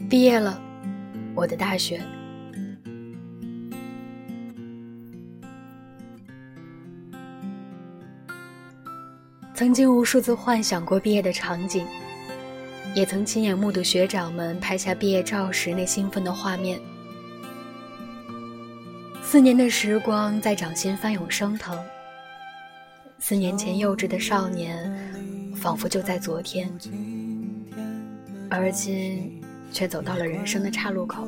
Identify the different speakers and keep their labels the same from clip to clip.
Speaker 1: 毕业了，我的大学。曾经无数次幻想过毕业的场景，也曾亲眼目睹学长们拍下毕业照时那兴奋的画面。4年的时光在掌心翻涌升腾，4年前幼稚的少年仿佛就在昨天，而今却走到了人生的岔路口。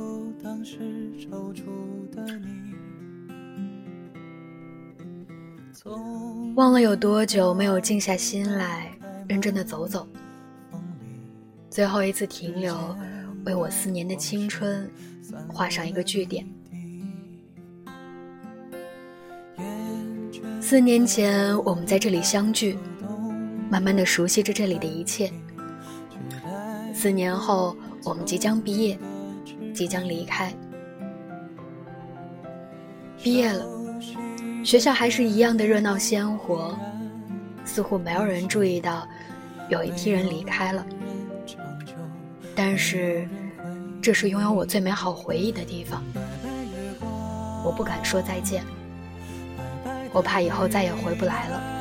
Speaker 1: 忘了有多久没有静下心来认真的走走，最后一次停留，为我4年的青春画上一个句点。4年前我们在这里相聚，慢慢地熟悉着这里的一切。4年后我们即将毕业，即将离开。毕业了，学校还是一样的热闹鲜活，似乎没有人注意到有一批人离开了。但是这是拥有我最美好回忆的地方，我不敢说再见，我怕以后再也回不来了。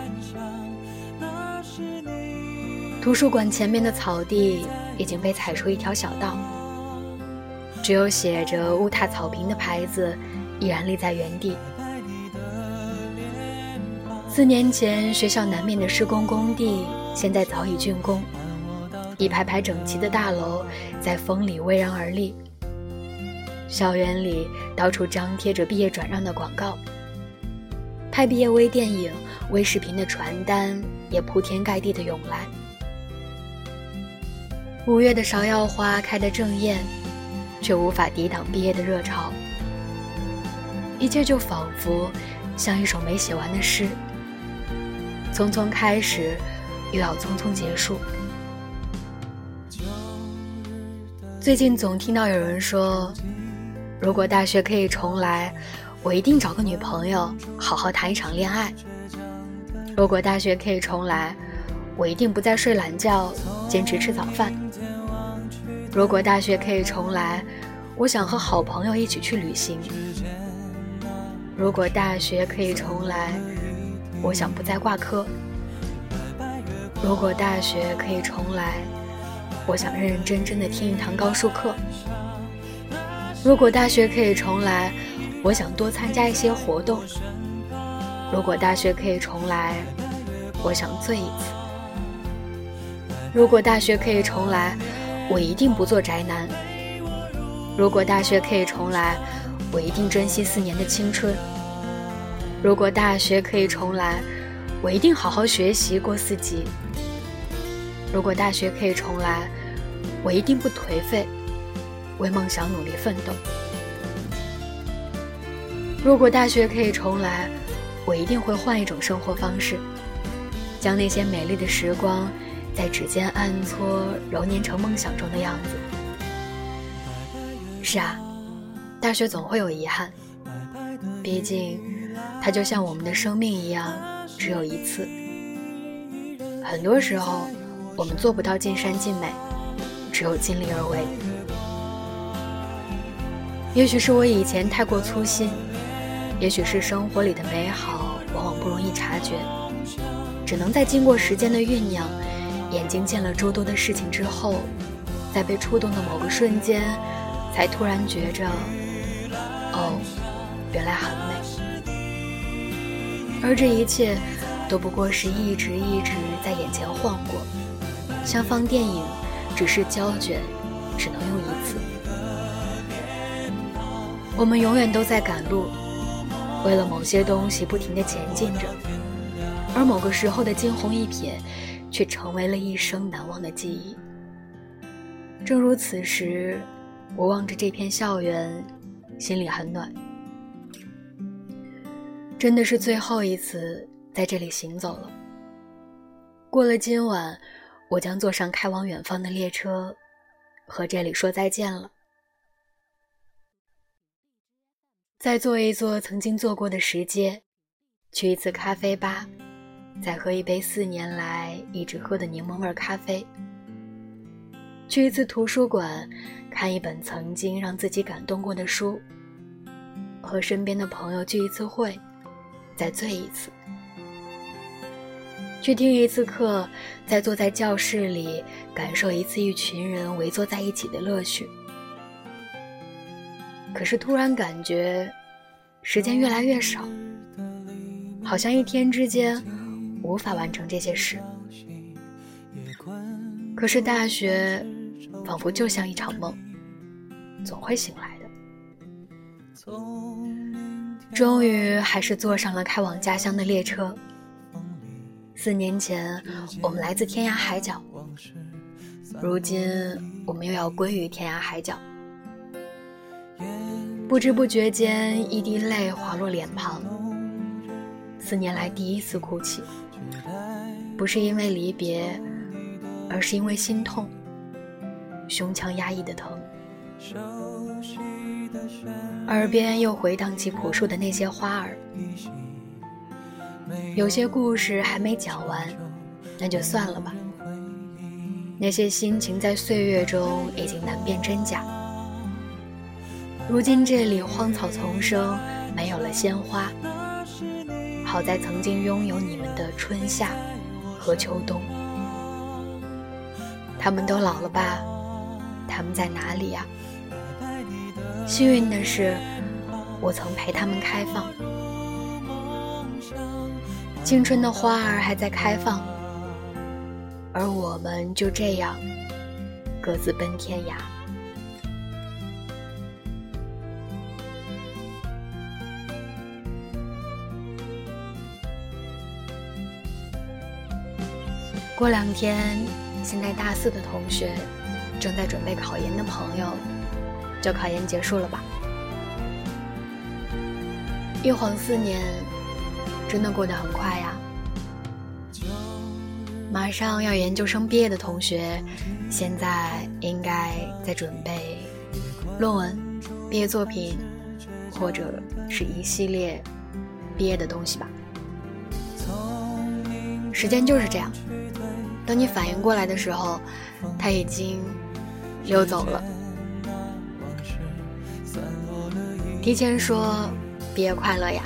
Speaker 1: 图书馆前面的草地已经被踩出一条小道，只有写着乌踏草坪的牌子依然立在原地。4年前学校南面的施工工地现在早已竣工，一排排整齐的大楼在风里巍然而立，校园里到处张贴着毕业转让的广告，拍毕业微电影、微视频的传单也铺天盖地的涌来。5月的芍药花开得正艳，却无法抵挡毕业的热潮，一切就仿佛像一首没写完的诗，匆匆开始，又要匆匆结束。最近总听到有人说，如果大学可以重来，我一定找个女朋友，好好谈一场恋爱。如果大学可以重来，我一定不再睡懒觉，坚持吃早饭。如果大学可以重来，我想和好朋友一起去旅行。如果大学可以重来，我想不再挂科。如果大学可以重来，我想认认真真的听一堂高数课。如果大学可以重来，我想多参加一些活动。如果大学可以重来，我想醉一次。如果大学可以重来，我一定不做宅男。如果大学可以重来，我一定珍惜4年的青春。如果大学可以重来，我一定好好学习过4级。如果大学可以重来，我一定不颓废，为梦想努力奋斗。如果大学可以重来，我一定会换一种生活方式，将那些美丽的时光在指尖按搓揉捏成梦想中的样子。是啊，大学总会有遗憾，毕竟它就像我们的生命一样，只有一次。很多时候我们做不到尽善尽美，只有尽力而为。也许是我以前太过粗心，也许是生活里的美好往往不容易察觉，只能在经过时间的酝酿，眼睛见了诸多的事情之后，在被触动的某个瞬间，才突然觉着，哦，原来很美。而这一切都不过是一直在眼前晃过，像放电影，只是胶卷，只能用一次。我们永远都在赶路，为了某些东西不停地前进着，而某个时候的惊鸿一瞥，却成为了一生难忘的记忆。正如此时，我望着这片校园，心里很暖。真的是最后一次在这里行走了。过了今晚，我将坐上开往远方的列车，和这里说再见了。再坐一坐曾经坐过的石阶，去一次咖啡吧，再喝一杯4年来一直喝的柠檬味咖啡。 去一次图书馆看一本曾经让自己感动过的书，和身边的朋友聚一次会，再醉一次，去听一次课，再坐在教室里感受一次一群人围坐在一起的乐趣。可是突然感觉时间越来越少，好像一天之间无法完成这些事。可是大学仿佛就像一场梦，总会醒来的。终于还是坐上了开往家乡的列车。4年前我们来自天涯海角，如今我们又要归于天涯海角。不知不觉间，一滴泪滑落脸庞。4年来第一次哭泣，不是因为离别，而是因为心痛，胸腔压抑的疼。耳边又回荡起朴树的那些花儿，有些故事还没讲完，那就算了吧。那些心情在岁月中已经难辨真假。如今这里荒草丛生，没有了鲜花。好在曾经拥有你们的春夏和秋冬。他们都老了吧？他们在哪里呀？幸运的是，我曾陪他们开放。青春的花儿还在开放，而我们就这样各自奔天涯。过2天，现在大4的同学，正在准备考研的朋友，就考研结束了吧。一晃4年，真的过得很快呀。马上要研究生毕业的同学，现在应该在准备论文、毕业作品，或者是一系列毕业的东西吧。时间就是这样，等你反应过来的时候，它已经溜走了。提前说毕业快乐呀。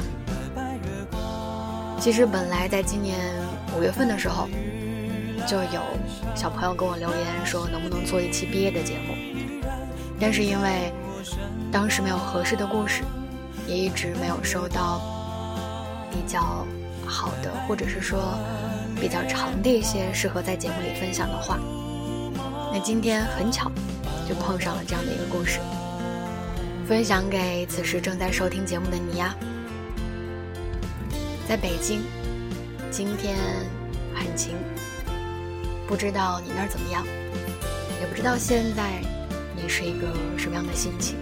Speaker 1: 其实本来在今年5月份的时候，就有小朋友跟我留言说能不能做一期毕业的节目，但是因为当时没有合适的故事，也一直没有收到比较好的，或者是说比较长的一些适合在节目里分享的话。那今天很巧就碰上了这样的一个故事，分享给此时正在收听节目的你呀。在北京，今天很晴，不知道你那儿怎么样，也不知道现在你是一个什么样的心情。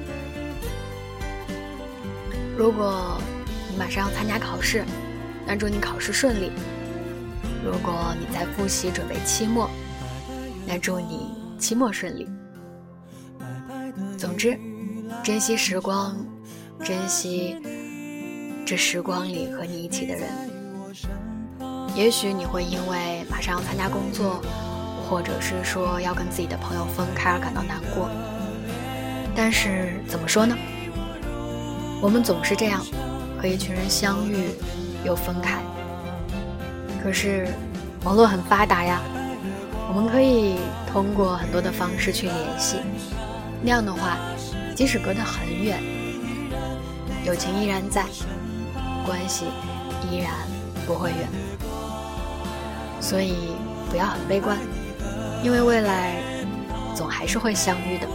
Speaker 1: 如果你马上要参加考试，那祝你考试顺利。如果你在复习准备期末，那祝你期末顺利。总之，珍惜时光，珍惜这时光里和你一起的人。也许你会因为马上要参加工作，或者是说要跟自己的朋友分开而感到难过，但是怎么说呢？我们总是这样，和一群人相遇又分开。可是网络很发达呀，我们可以通过很多的方式去联系，那样的话，即使隔得很远，友情依然在，关系依然不会远。所以不要很悲观，因为未来总还是会相遇的。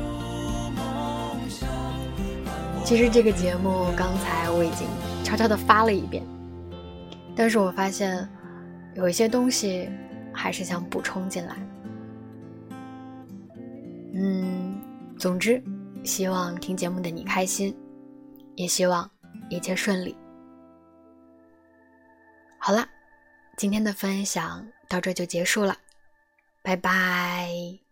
Speaker 1: 其实这个节目刚才我已经悄悄地发了一遍，但是我发现有一些东西还是想补充进来。总之希望听节目的你开心，也希望一切顺利。好了，今天的分享到这就结束了，拜拜。